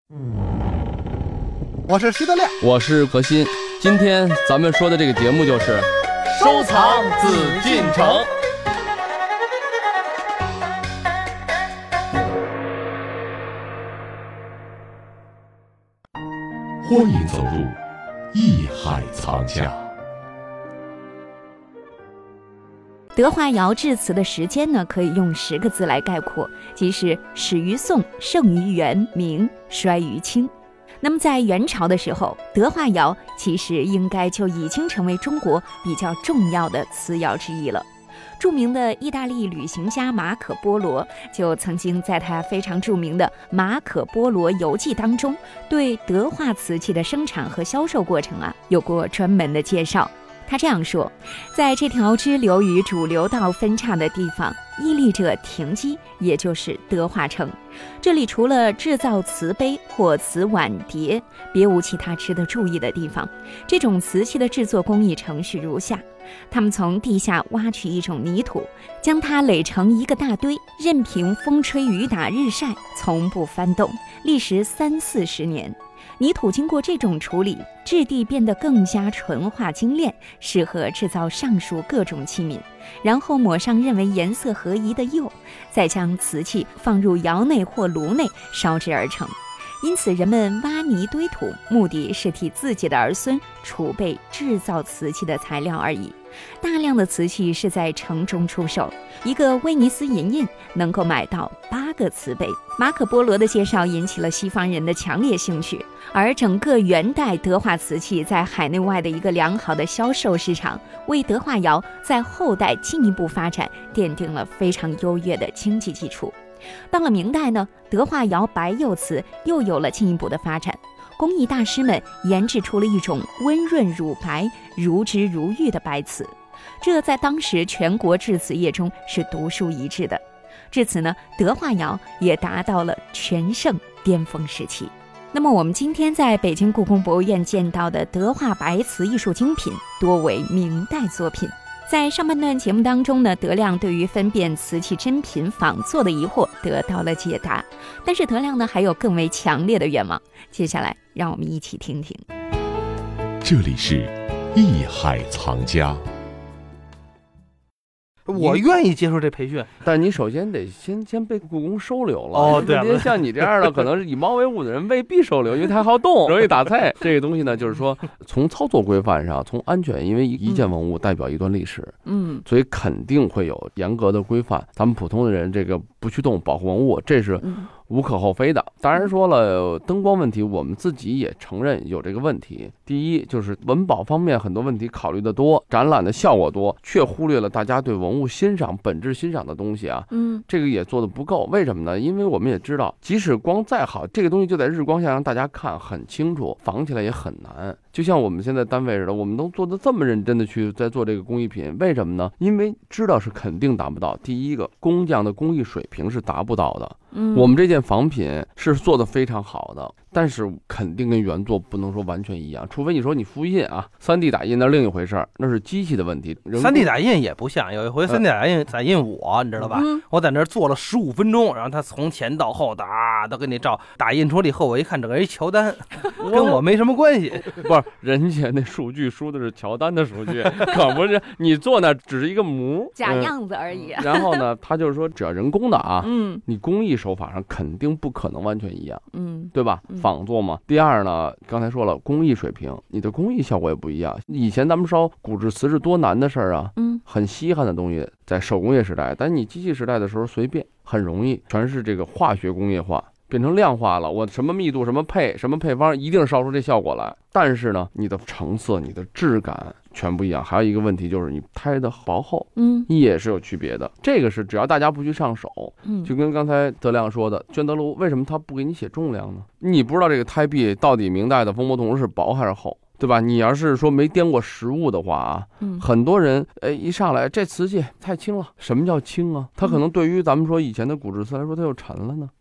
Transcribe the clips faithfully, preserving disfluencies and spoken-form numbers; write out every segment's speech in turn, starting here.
我是徐德亮， 我是何鑫。今天咱们说的这个节目就是收藏紫禁城。 欢迎走入艺海藏家。 德化窑制瓷的时间呢，可以用十个字来概括，即是始于宋，盛于元、明，衰于清。那么在元朝的时候，德化窑其实应该就已经成为中国比较重要的瓷窑之一了。著名的意大利旅行家马可波罗就曾经在他非常著名的《马可波罗游记》当中，对德化瓷器的生产和销售过程啊有过专门的介绍。他这样说，在这条支流与主流道分叉的地方屹立着亭基，也就是德化城。这里除了制造瓷杯或瓷碗碟，别无其他值得注意的地方。这种瓷器的制作工艺程序如下：他们从地下挖取一种泥土，将它垒成一个大堆，任凭风吹雨打日晒，从不翻动，历时三四十年。泥土经过这种处理，质地变得更加纯化精炼，适合制造上述各种器皿，然后抹上认为颜色合宜的釉，再将瓷器放入窑内或炉内烧制而成。因此人们挖泥堆土，目的是替自己的儿孙储备制造瓷器的材料而已。大量的瓷器是在城中出售，一个威尼斯银印能够买到八个瓷杯。马可波罗的介绍引起了西方人的强烈兴趣，而整个元代德化瓷器在海内外的一个良好的销售市场，为德化窑在后代进一步发展奠定了非常优越的经济基础。到了明代呢，德化窑白釉瓷又有了进一步的发展，工艺大师们研制出了一种温润乳白、如脂如玉的白瓷，这在当时全国制瓷业中是独树一帜的。至此呢，德化窑也达到了全盛巅峰时期。那么我们今天在北京故宫博物院见到的德化白瓷艺术精品多为明代作品。在上半段节目当中呢，德亮对于分辨瓷器真品仿作的疑惑得到了解答，但是德亮呢还有更为强烈的愿望，接下来让我们一起听听。 这里是艺海藏家。 我愿意接受这培训， 但你首先得先先被故宫收留了。 哦，对了，像你这样的可能是以猫为伍的人未必收留，因为它好动，容易打菜。这个东西呢，就是说从操作规范上，从安全，因为一件文物代表一段历史，嗯，所以肯定会有严格的规范。咱们普通的人这个不去动保护文物，这是无可厚非的。当然说了，灯光问题我们自己也承认有这个问题。第一就是文保方面很多问题考虑的多，展览的效果多，却忽略了大家对文物欣赏本质欣赏的东西啊，嗯，这个也做得不够。为什么呢？因为我们也知道，即使光再好，这个东西就在日光下让大家看很清楚，仿起来也很难。就像我们现在单位似的，我们都做得这么认真的去在做这个工艺品，为什么呢？因为知道是肯定达不到。第一个，工匠的工艺水平是达不到的。嗯，我们这件仿品是做得非常好的，但是肯定跟原作不能说完全一样，除非你说你复印啊，三 D 打印那另一回事儿，那是机器的问题。 三 D 打印也不像，有一回三 D 打印打印我，你知道吧？嗯、我在那儿做了十五分钟，然后他从前到后打都给你照，打印出来以后，我一看整个一乔丹，跟我没什么关系。 不是，人家那数据输的是乔丹的数据，可不是你做那只是一个模假样子而已、 嗯。然后呢，他就是说只要人工的啊，嗯，你工艺手法上肯定不可能完全一样，嗯，对吧？仿作嘛。第二呢，刚才说了，工艺水平，你的工艺效果也不一样。以前咱们烧骨制瓷是多难的事儿啊，嗯，很稀罕的东西，在手工业时代，但你机器时代的时候随便很容易，全是这个化学工业化。变成量化了，我什么密度什么配什么配方一定烧出这效果来，但是呢你的成色你的质感全不一样。还有一个问题就是你胎的薄厚嗯也是有区别的，这个是只要大家不去上手，嗯，就跟刚才德亮说的，宣德炉为什么他不给你写重量呢？你不知道这个胎壁到底明代的风波铜是薄还是厚，对吧？你要是说没掂过实物的话啊，嗯，很多人哎一上来这瓷器太轻了。什么叫轻啊？它可能对于咱们说以前的骨制瓷来说，它又沉了呢。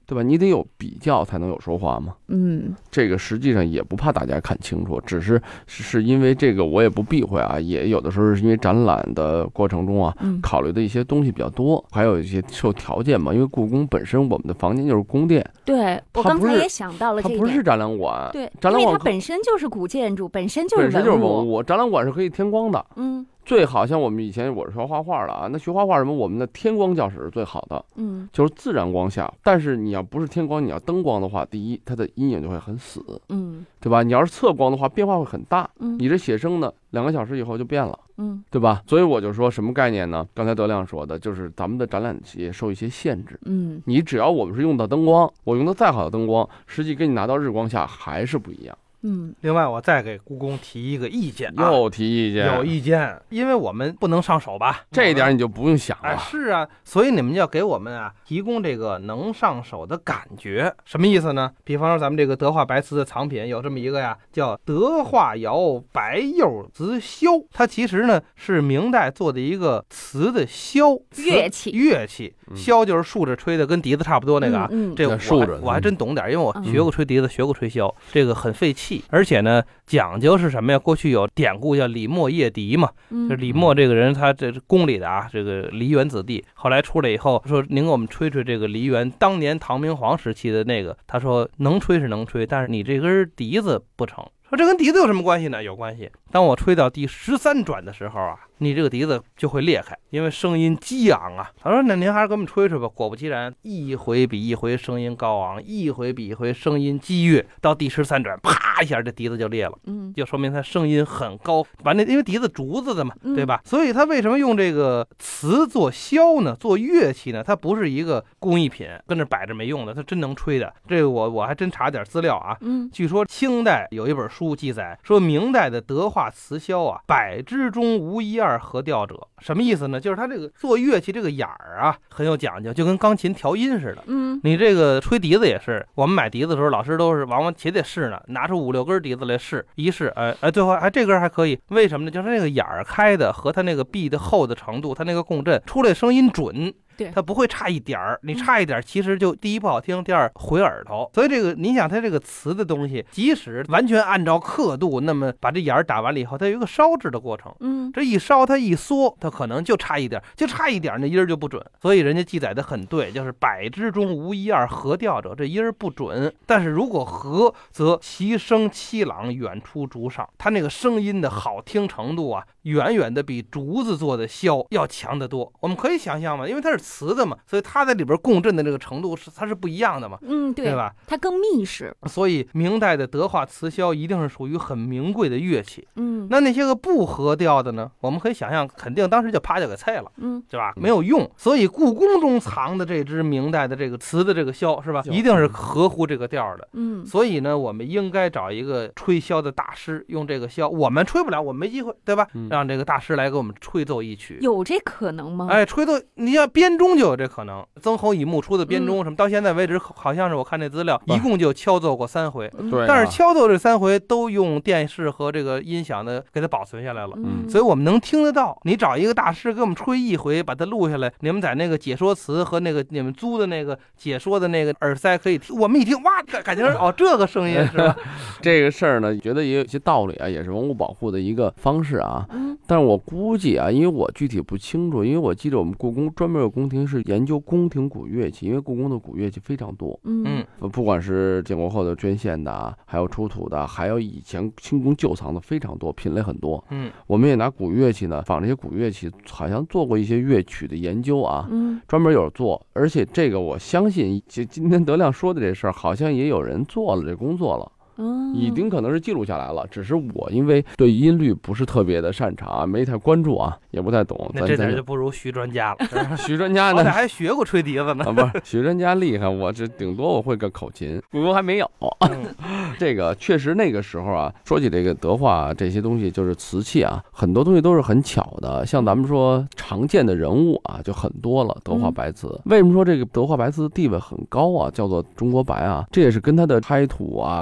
对吧？你得有比较才能有说话嘛。 嗯， 这个实际上也不怕大家看清楚，只是是因为这个我也不避讳啊，也有的时候是因为展览的过程中啊， 嗯、 考虑的一些东西比较多，还有一些受条件嘛。因为故宫本身我们的房间就是宫殿， 对我刚才也想到了这一点， 它不是展览馆， 对， 展览馆因为它本身就是古建筑，本身就是本身就是文物，展览馆是可以添光的， 嗯。 最好像我们以前我是学画画的啊，那学画画什么，我们的天光教室是最好的， 嗯， 就是自然光下。但是你要不是天光，你要灯光的话，第一它的阴影就会很死， 嗯， 对吧？你要是侧光的话，变化会很大， 嗯， 你这写生呢，两个小时以后就变了， 嗯， 对吧？所以我就说什么概念呢？刚才德亮说的，就是咱们的展览也受一些限制， 嗯， 你只要我们是用到灯光，我用的再好的灯光，实际跟你拿到日光下还是不一样。 嗯， 另外我再给故宫提一个意见、啊， 又提意见， 有意见，因为我们不能上手吧， 这一点你就不用想了。 哎，是啊，所以你们要给我们啊提供这个能上手的感觉，什么意思呢？比方说咱们这个德化白瓷的藏品有这么一个呀，叫德化窑白釉瓷箫，它其实呢是明代做的一个瓷的箫乐器， 乐器。箫就是竖着吹的，跟笛子差不多那个啊。 嗯嗯、 这个我竖着， 我还真懂点，因为我学过吹笛子，嗯、学过吹箫，这个很费气，而且呢讲究是什么呀？过去有典故叫李默夜笛嘛， 嗯、 就是李默这个人，他这是宫里的啊，这个梨园子弟，后来出来以后说，您给我们吹吹这个梨园当年唐明皇时期的那个，他说能吹是能吹，但是你这根笛子不成。说这跟笛子有什么关系呢？有关系。当我吹到第十三转的时候啊，你这个笛子就会裂开，因为声音激昂啊。他说那您还是给我们吹吹吧。果不其然，一回比一回声音高昂，一回比一回声音激越，到第十三转啪一下这笛子就裂了，嗯，就说明它声音很高。完了，因为笛子竹子的嘛，对吧？所以他为什么用这个瓷做箫呢？做乐器呢？它不是一个工艺品，跟这摆着没用的，它真能吹的。这个我我还真查点资料啊，嗯，据说清代有一本书记载说，明代的德化瓷箫啊，百之中无一二合调者。什么意思呢？就是它这个做乐器这个眼儿啊很有讲究，就跟钢琴调音似的。嗯，你这个吹笛子也是，我们买笛子的时候，老师都是往往且得试呢，拿出五六根笛子来试，一试，哎哎，最后还这根还可以。为什么呢？就是那个眼儿开的和它那个壁的厚的程度，它那个共振出来声音准。对，它不会差一点儿，你差一点儿，其实就第一不好听，第二毁耳朵。所以这个，你想它这个瓷的东西，即使完全按照刻度，那么把这眼儿打完了以后，它有一个烧制的过程。嗯，这一烧它一缩，它可能就差一点，就差一点，那音儿就不准。所以人家记载的很对，就是百之中无一二合调者，这音儿不准。但是如果合，则其声凄朗，远出竹上。它那个声音的好听程度啊，远远的比竹子做的箫要强得多。我们可以想象嘛，因为它是瓷的嘛，所以它在里边共振的这个程度是它是不一样的嘛， 嗯，对， 对吧？ 它更密实。所以明代的德化瓷箫一定是属于很名贵的乐器。嗯，那那些个不合调的呢？我们可以想象，肯定当时就啪就给菜了，嗯，对吧？没有用。所以故宫中藏的这支明代的这个瓷的这个箫是吧，一定是合乎这个调的。嗯，所以呢，我们应该找一个吹箫的大师，用这个箫，我们吹不了，我们没机会，对吧？嗯、让这个大师来给我们吹奏一曲。 有这可能吗？ 哎，吹奏，你要编钟就有这可能。曾侯乙墓出的编钟什么，嗯、到现在为止，好像是我看这资料，一共就敲奏过三回。 对、啊， 但是敲奏这三回都用电视和这个音响的给它保存下来了。嗯，所以我们能听得到。你找一个大师给我们吹一回，把它录下来，你们在那个解说词和那个你们租的那个解说的那个耳塞可以听。我们一听，哇，感觉哦，这个声音是吧？ 这个事儿呢，觉得也有一些道理啊，也是文物保护的一个方式啊。嗯，但是我估计啊，因为我具体不清楚，因为我记得我们故宫专门有宫廷是研究宫廷古乐器，因为故宫的古乐器非常多。嗯，不管是建国后的捐献的，还有出土的，还有以前清宫旧藏的非常多，品类很多。嗯，我们也拿古乐器呢，仿这些古乐器，好像做过一些乐曲的研究啊。嗯，专门有做，而且这个我相信，就今天德亮说的这事儿，好像也有人做了这工作了。已经可能是记录下来了，只是我因为对音律不是特别的擅长啊，没太关注啊，也不太懂。 那这点就不如徐专家了。 徐专家呢， 我还学过吹笛子呢。 啊，不是，徐专家厉害，我这顶多我会个口琴，故宫还没有。嗯、这个确实那个时候啊，说起这个德化这些东西，就是瓷器啊，很多东西都是很巧的。像咱们说常见的人物啊，就很多了。德化白瓷，嗯、为什么说这个德化白瓷地位很高啊？叫做中国白啊，这也是跟它的胎土啊、胎。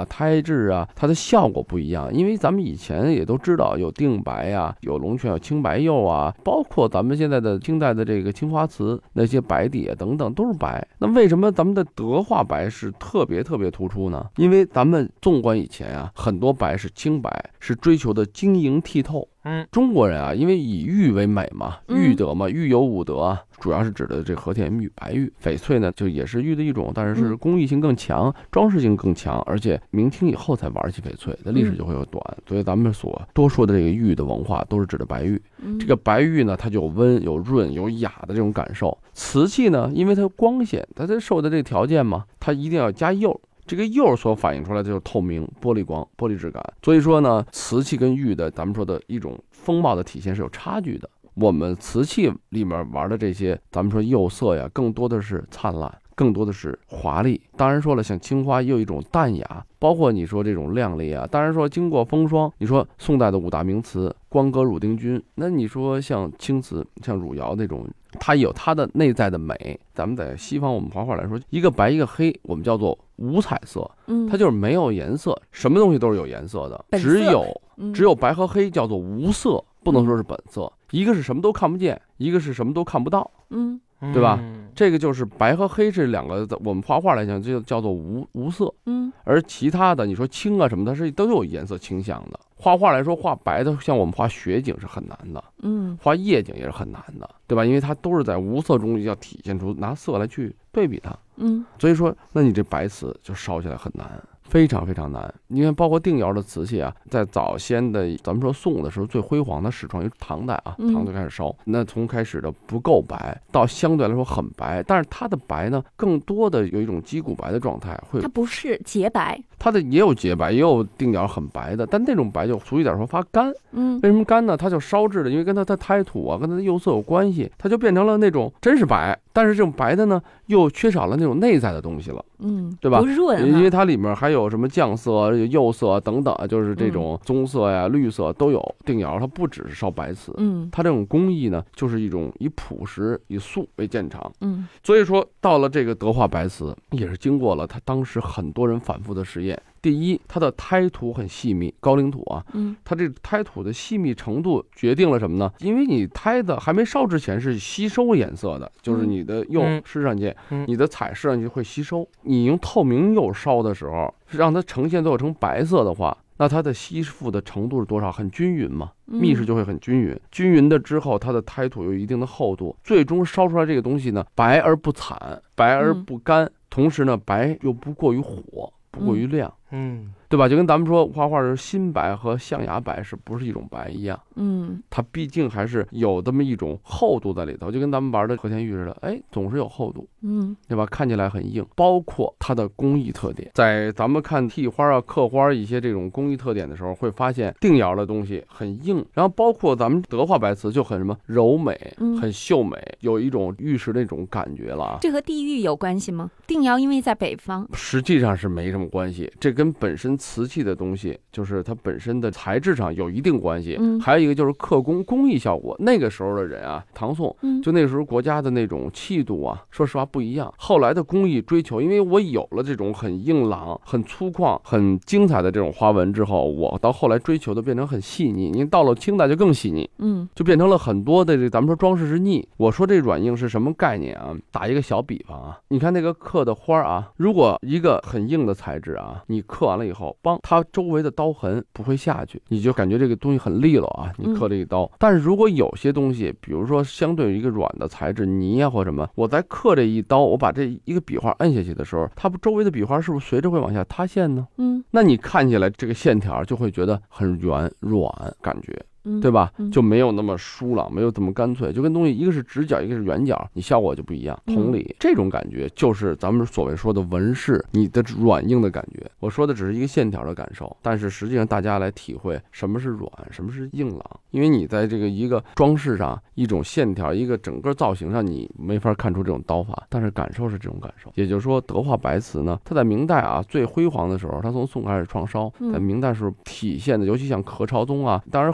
质啊，它的效果不一样。因为咱们以前也都知道有定白啊，有龙泉，有青白釉啊，包括咱们现在的清代的这个青花瓷那些白底啊等等都是白。那为什么咱们的德化白是特别特别突出呢？因为咱们纵观以前啊，很多白是清白，是追求的晶莹剔透。 嗯， 中国人啊，因为以玉为美嘛，玉德嘛，玉有五德啊，主要是指的这和田玉、白玉。翡翠呢，就也是玉的一种，但是是工艺性更强，装饰性更强，而且明清以后才玩起翡翠，的历史就会有短。所以咱们所多说的这个玉的文化，都是指的白玉。这个白玉呢，它就有温、有润、有雅的这种感受。瓷器呢，因为它光线，它它受的这个条件嘛，它一定要加釉。这个釉所反映出来的就是透明、玻璃光、玻璃质感。所以说呢，瓷器跟玉的咱们说的一种风貌的体现是有差距的。我们瓷器里面玩的这些，咱们说釉色呀，更多的是灿烂，更多的是华丽。当然说了，像青花也有一种淡雅，包括你说这种亮丽啊。当然说经过风霜，你说宋代的五大名瓷，光格、汝丁钧，那你说像青瓷、像汝窑那种，它有它的内在的美。咱们在西方我们画画来说，一个白一个黑，我们叫做无彩色，它就是没有颜色，什么东西都是有颜色的，只有只有白和黑叫做无色，不能说是本色。一个是什么都看不见，一个是什么都看不到，嗯，对吧？这个就是白和黑这两个，我们画画来讲就叫做无无色，嗯，而其他的你说青啊什么的，是都有颜色倾向的。画画来说，画白的像我们画雪景是很难的，嗯，画夜景也是很难的，对吧？因为它都是在无色中要体现出拿色来去对比它，嗯，所以说那你这白瓷就烧起来很难，非常非常难。因为包括定窑的瓷器啊，在早先的咱们说宋的时候最辉煌的始创于唐代啊，唐就开始烧，那从开始的不够白到相对来说很白，但是它的白呢，更多的有一种鸡骨白的状态，会它不是洁白， 它的也有洁白，也有定窑很白的，但那种白就俗一点说发干。嗯，为什么干呢？它就烧制的，因为跟它的胎土啊，跟它的釉色有关系，它就变成了那种真是白，但是这种白的呢，又缺少了那种内在的东西了。嗯，对吧？ 不润、啊， 因为它里面还有什么酱色、釉色等等，就是这种棕色呀、绿色都有。定窑它不只是烧白瓷，嗯，它这种工艺呢，就是一种以朴实、以素为见长。嗯，所以说到了这个德化白瓷，也是经过了它当时很多人反复的实验。第一，它的胎土很细密，高岭土啊，嗯，它这胎土的细密程度决定了什么呢？因为你胎的还没烧之前是吸收颜色的，就是你的釉施上去，嗯、你的彩施上去会吸收。你用透明釉烧的时候，让它呈现最后成白色的话，那它的吸附的程度是多少？很均匀嘛，密实就会很均匀。均匀的之后，它的胎土有一定的厚度，最终烧出来这个东西呢，白而不惨，白而不干，嗯、同时呢，白又不过于火。不过于亮，嗯，对吧？就跟咱们说画画是新白和象牙白是不是一种白一样？嗯，它毕竟还是有这么一种厚度在里头，就跟咱们玩的和田玉似的，哎，总是有厚度，嗯，对吧？看起来很硬，包括它的工艺特点，在咱们看替花啊、刻花一些这种工艺特点的时候，会发现定窑的东西很硬，然后包括咱们德化白瓷就很什么柔美，很秀美，有一种玉石那种感觉了。 这和地域有关系吗？定窑因为在北方， 实际上是没什么关系，这跟本身瓷器的东西，就是它本身的材质上有一定关系。嗯，还有一个就是刻工工艺效果。那个时候的人啊，唐宋，就那时候国家的那种气度啊，说实话不一样。后来的工艺追求，因为我有了这种很硬朗、很粗犷、很精彩的这种花纹之后，我到后来追求的变成很细腻。您到了清代就更细腻，嗯，就变成了很多的这咱们说装饰是腻。我说这软硬是什么概念啊？打一个小比方啊，你看那个刻的花啊，如果一个很硬的材质啊，你刻完了以后，帮它周围的刀痕不会下去，你就感觉这个东西很利落啊，你刻这一刀。嗯、但是如果有些东西，比如说相对于一个软的材质，泥啊或什么，我在刻这一刀，我把这一个笔画摁下去的时候，它不周围的笔画是不是随着会往下塌陷呢？嗯，那你看起来这个线条就会觉得很圆软，感觉。对吧？就没有那么疏朗，没有这么干脆，就跟东西一个是直角，一个是圆角，你效果就不一样。同理，这种感觉就是咱们所谓说的纹饰，你的软硬的感觉。我说的只是一个线条的感受，但是实际上大家来体会什么是软，什么是硬朗。因为你在这个一个装饰上，一种线条，一个整个造型上，你没法看出这种刀法，但是感受是这种感受。也就是说，德化白瓷呢，它在明代啊最辉煌的时候，它从宋开始创烧，在明代时候体现的，尤其像何朝宗啊，当然何朝宗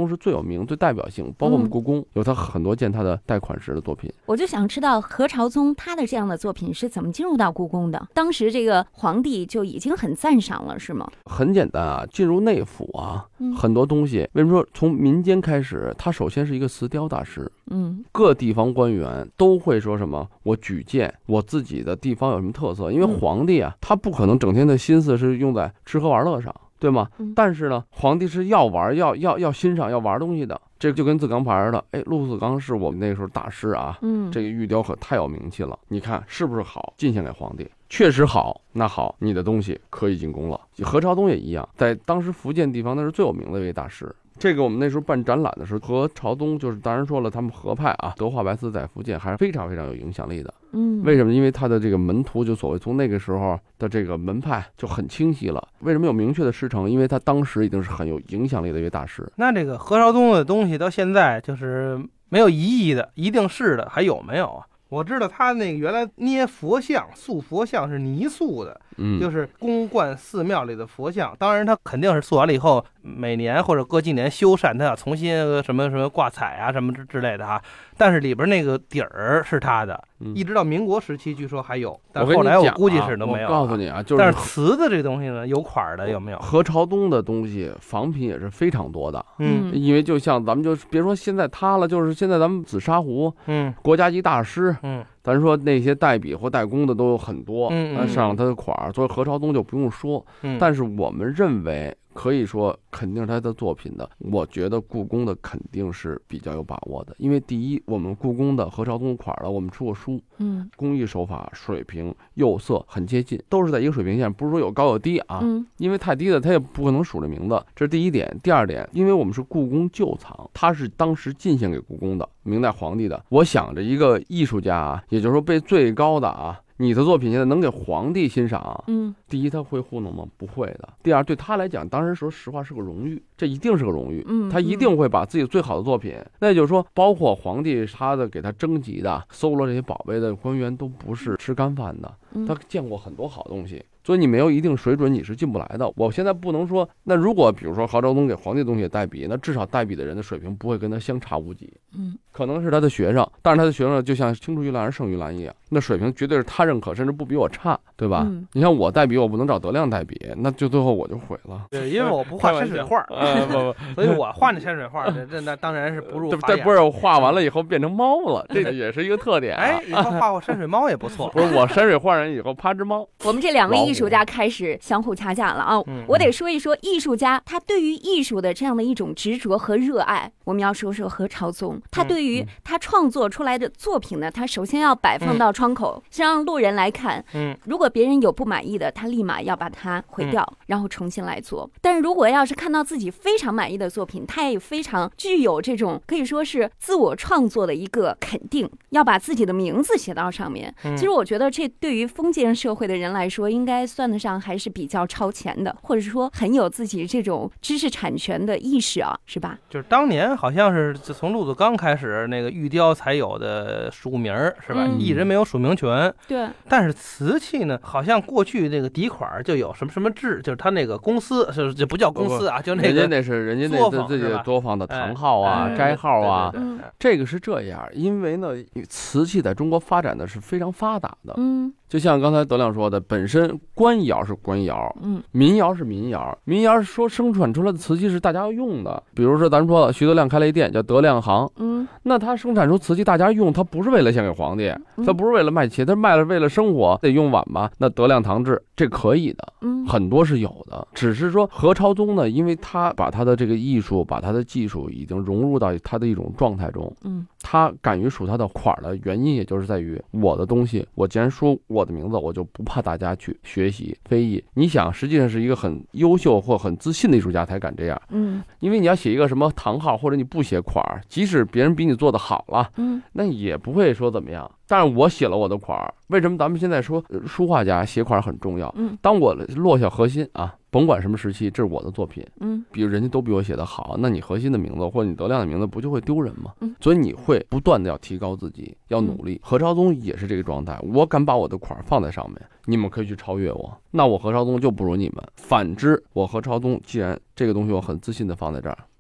是最有名、最代表性，包括我们故宫、嗯、有他很多件他的带款式的作品。 我就想知道何朝宗他的这样的作品是怎么进入到故宫的？当时这个皇帝就已经很赞赏了，是吗？ 很简单啊，进入内府啊，嗯、很多东西为什么说从民间开始，他首先是一个瓷雕大师，嗯，各地方官员都会说什么？我举荐我自己的地方有什么特色？因为皇帝啊，他不可能整天的心思是用在吃喝玩乐上。对吗？但是呢，皇帝是要玩、要要要欣赏、要玩东西的。这就跟自钢牌的，哎，陆自钢是我们那时候大师啊，嗯，这个玉雕可太有名气了。你看是不是好？进献给皇帝，确实好。那好，你的东西可以进宫了。何朝宗也一样，在当时福建地方那是最有名的一位大师。这个我们那时候办展览的时候，何朝宗就是当然说了，他们合派啊，德化白瓷在福建还是非常非常有影响力的。嗯，为什么？因为他的这个门徒就所谓从那个时候的这个门派就很清晰了。为什么有明确的师承？因为他当时已经是很有影响力的一位大师。 那这个何朝宗的东西到现在就是没有疑义的，一定是的，还有没有啊？我知道他那个原来捏佛像、塑佛像是泥塑的，嗯，就是宫观寺庙里的佛像。当然，他肯定是塑完了以后，每年或者隔几年修缮，他要重新什么什么挂彩啊什么之之类的哈。但是里边那个底儿是他的，一直到民国时期，据说还有，但后来我估计是都没有。 我告诉你啊，就是， 但是瓷的这东西呢，有款的有没有？ 何朝宗的东西仿品也是非常多的，嗯，因为就像咱们就别说现在他了，就是现在咱们紫砂壶，嗯，国家级大师，嗯。咱说那些代笔或代工的都有很多，嗯，上他的款儿，所以何朝宗就不用说。嗯，但是我们认为可以说肯定是他的作品的，我觉得故宫的肯定是比较有把握的，因为第一，我们故宫的何朝宗款的我们出过书，嗯，工艺手法水平釉色很接近，都是在一个水平线，不是说有高有低啊，嗯，因为太低的他也不可能数这名字，这是第一点。第二点，因为我们是故宫旧藏，它是当时进献给故宫的，明代皇帝的。我想着一个艺术家啊，也就是说被最高的啊，你的作品现在能给皇帝欣赏，嗯，第一他会糊弄吗？不会的。第二，对他来讲，当然说实话是个荣誉，这一定是个荣誉，嗯，他一定会把自己最好的作品，那也就是说，包括皇帝他的给他征集的、搜罗这些宝贝的官员都不是吃干饭的，他见过很多好东西。所以你没有一定水准，你是进不来的。我现在不能说，那如果比如说何朝宗给皇帝的东西也代笔，那至少代笔的人的水平不会跟他相差无几。嗯，可能是他的学生，但是他的学生就像青出于蓝而胜于蓝一样，那水平绝对是他认可，甚至不比我差，对吧？嗯、你像我代笔，我不能找德亮代笔，那就最后我就毁了。 对，因为我不画山水画，呃不不，所以我画那山水画，这那当然是不入法眼。 这不是我画完了以后变成猫了，这也是一个特点、啊。 哎，以后画过山水猫也不错。 不是我山水画人以后趴只猫。 我们这两位艺术家开始相互掐架了啊！我得说一说艺术家他对于艺术的这样的一种执着和热爱。我们要说说何朝宗，他对于他创作出来的作品呢，他首先要摆放到窗口，先让路人来看。嗯，如果别人有不满意的，他立马要把它毁掉，然后重新来做。但是如果要是看到自己非常满意的作品，他也非常具有这种可以说是自我创作的一个肯定，要把自己的名字写到上面。其实我觉得这对于封建社会的人来说，应该算得上还是比较超前的，或者说很有自己这种知识产权的意识啊，是吧？ 就是当年好像是从陆子刚开始，那个玉雕才有的署名，是吧？嗯、艺人没有署名权。 对。 但是瓷器呢，好像过去那个底款就有什么什么制，就是他那个公司，是这不叫公司啊，就那个人家那是人家那自己的作坊的堂号啊、斋号啊，这个是这样，因为呢，瓷器在中国发展的是非常发达的。嗯。就像刚才德亮说的，本身官窑是官窑，嗯，民窑是民窑，民窑是说生产出来的瓷器是大家要用的。比如说咱们说了，徐德亮开了一店叫德亮行，嗯，那他生产出瓷器大家用，他不是为了献给皇帝，他不是为了卖钱，他卖了为了生活得用碗吧？那德亮堂制这可以的，嗯，很多是有的。只是说何朝宗呢，因为他把他的这个艺术，把他的技术已经融入到他的一种状态中，嗯，他敢于数他的款的原因，也就是在于我的东西，我既然说我的名字，我就不怕大家去学习非议。你想，实际上是一个很优秀或很自信的艺术家才敢这样。嗯，因为你要写一个什么堂号，或者你不写款，即使别人比你做的好了，嗯，那也不会说怎么样。但是我写了我的款，为什么咱们现在说书画家写款很重要？嗯，当我落下核心啊，甭管什么时期，这是我的作品。嗯，比如人家都比我写的好，那你核心的名字或者你德亮的名字不就会丢人吗？嗯，所以你会不断的要提高自己，要努力。何朝宗也是这个状态，我敢把我的款放在上面，你们可以去超越我，那我何朝宗就不如你们。反之，我何朝宗既然这个东西我很自信的放在这儿，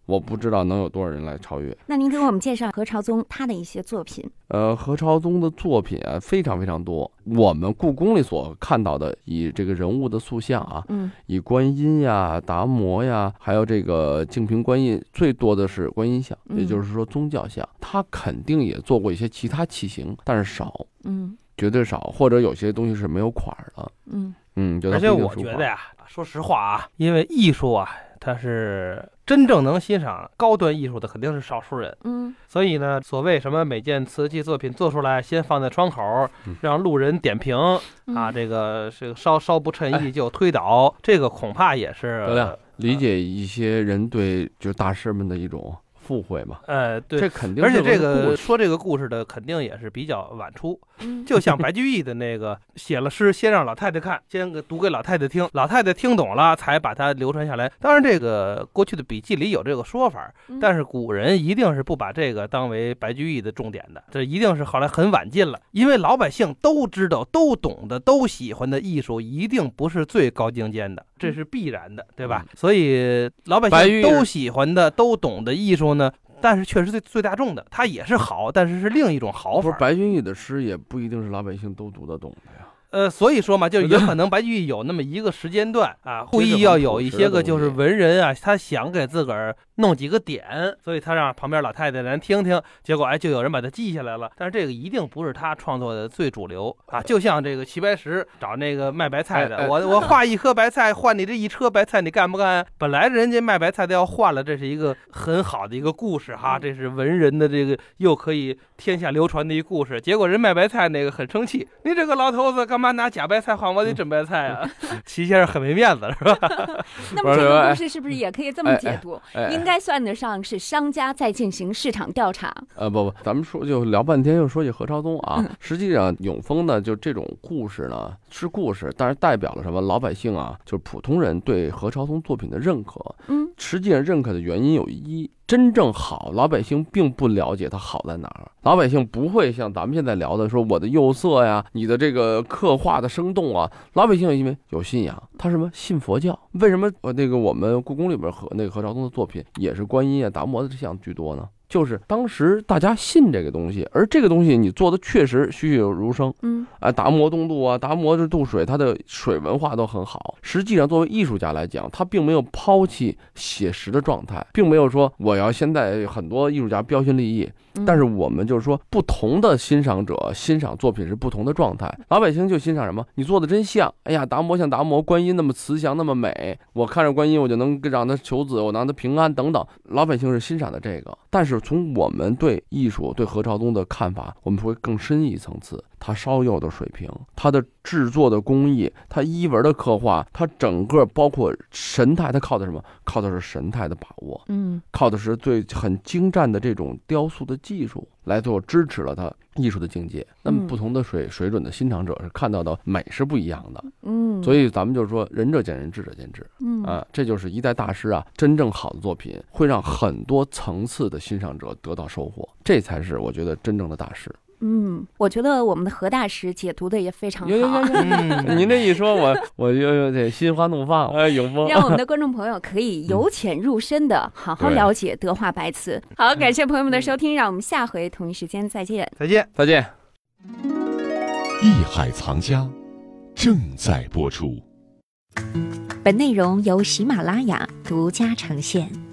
我不知道能有多少人来超越。 那您给我们介绍何朝宗他的一些作品。 呃，何朝宗的作品啊非常非常多。我们故宫里所看到的，以这个人物的塑像啊，嗯，以观音呀、达摩呀，还有这个净瓶观音，最多的是观音像，也就是说宗教像。他肯定也做过一些其他器型，但是少，嗯，绝对少，或者有些东西是没有款的，嗯嗯。 而且我觉得呀，说实话啊，因为艺术啊，它是真正能欣赏高端艺术的肯定是少数人，嗯，所以呢，所谓什么每件瓷器作品做出来先放在窗口，让路人点评、嗯、啊，这个是稍稍不称意就推倒，哎、这个恐怕也是理解一些人对就大师们的一种附会嘛， 呃，对， 这肯定是，而且这个说这个故事的肯定也是比较晚出，嗯、就像白居易的那个写了诗，先让老太太看，先读给老太太听，老太太听懂了，才把它流传下来。当然，这个过去的笔记里有这个说法，但是古人一定是不把这个当为白居易的重点的，这一定是后来很晚进了，因为老百姓都知道、都懂的、都喜欢的艺术，一定不是最高精尖的，这是必然的，对吧？所以老百姓都喜欢的、都懂的艺术呢，但是确实最最大众的，它也是好，但是是另一种好法。 不是白居易的诗也不一定是老百姓都读得懂的呀。 呃，所以说嘛，就有可能白居易有那么一个时间段啊，故意要有一些个就是文人啊，他想给自个儿弄几个点，所以他让旁边老太太咱听听，结果哎就有人把它记下来了。但是这个一定不是他创作的最主流啊，就像这个齐白石找那个卖白菜的，哎哎、我我画一颗白菜换你这一车白菜，你干不干？本来人家卖白菜都要换了，这是一个很好的一个故事哈，这是文人的这个又可以天下流传的一个故事。结果人卖白菜那个很生气，你这个老头子干嘛拿假白菜换我的真白菜啊？齐先生很没面子是吧？ 那么这个故事是不是也可以这么解读？哎哎哎、应该算得上是商家在进行市场调查。 呃，不不，咱们说就聊半天，又说起何朝宗啊。嗯、实际上，永丰呢，就这种故事呢是故事，但是代表了什么？老百姓啊，就是普通人对何朝宗作品的认可。嗯，实际上认可的原因有一。真正好，老百姓并不了解它好在哪儿。老百姓不会像咱们现在聊的说我的釉色呀，你的这个刻画的生动啊。老百姓因为有信仰，他什么信佛教？为什么我那个我们故宫里边和那个何朝宗的作品也是观音啊、达摩的像居多呢？就是当时大家信这个东西，而这个东西你做的确实栩栩如生，嗯，啊，达摩东渡啊，达摩这渡水，它的水文化都很好。实际上，作为艺术家来讲，他并没有抛弃写实的状态，并没有说我要现在很多艺术家标新立异，但是我们就是说，不同的欣赏者欣赏作品是不同的状态。老百姓就欣赏什么？你做的真像，哎呀，达摩像达摩，观音那么慈祥那么美，我看着观音我就能让他求子，我让他平安等等。老百姓是欣赏的这个，但是。从我们对艺术、对何朝宗的看法，我们会更深一层次。他烧釉的水平，他的制作的工艺，他衣纹的刻画，他整个包括神态，他靠的什么？靠的是神态的把握，嗯，靠的是最很精湛的这种雕塑的技术来做支持了他艺术的境界。那么不同的水水准的欣赏者是看到的美是不一样的，嗯，所以咱们就是说仁者见仁，智者见智，嗯啊，这就是一代大师啊，真正好的作品会让很多层次的欣赏者得到收获，这才是我觉得真正的大师。 嗯，我觉得我们的何大师解读的也非常好。 嗯，您这一说，我我就有点心花怒放。哎，永丰， 让我们的观众朋友可以由浅入深的好好了解德化白瓷。好，感谢朋友们的收听，让我们下回同一时间再见。 再见， 再见。 艺海藏家正在播出。 本内容由喜马拉雅独家呈现。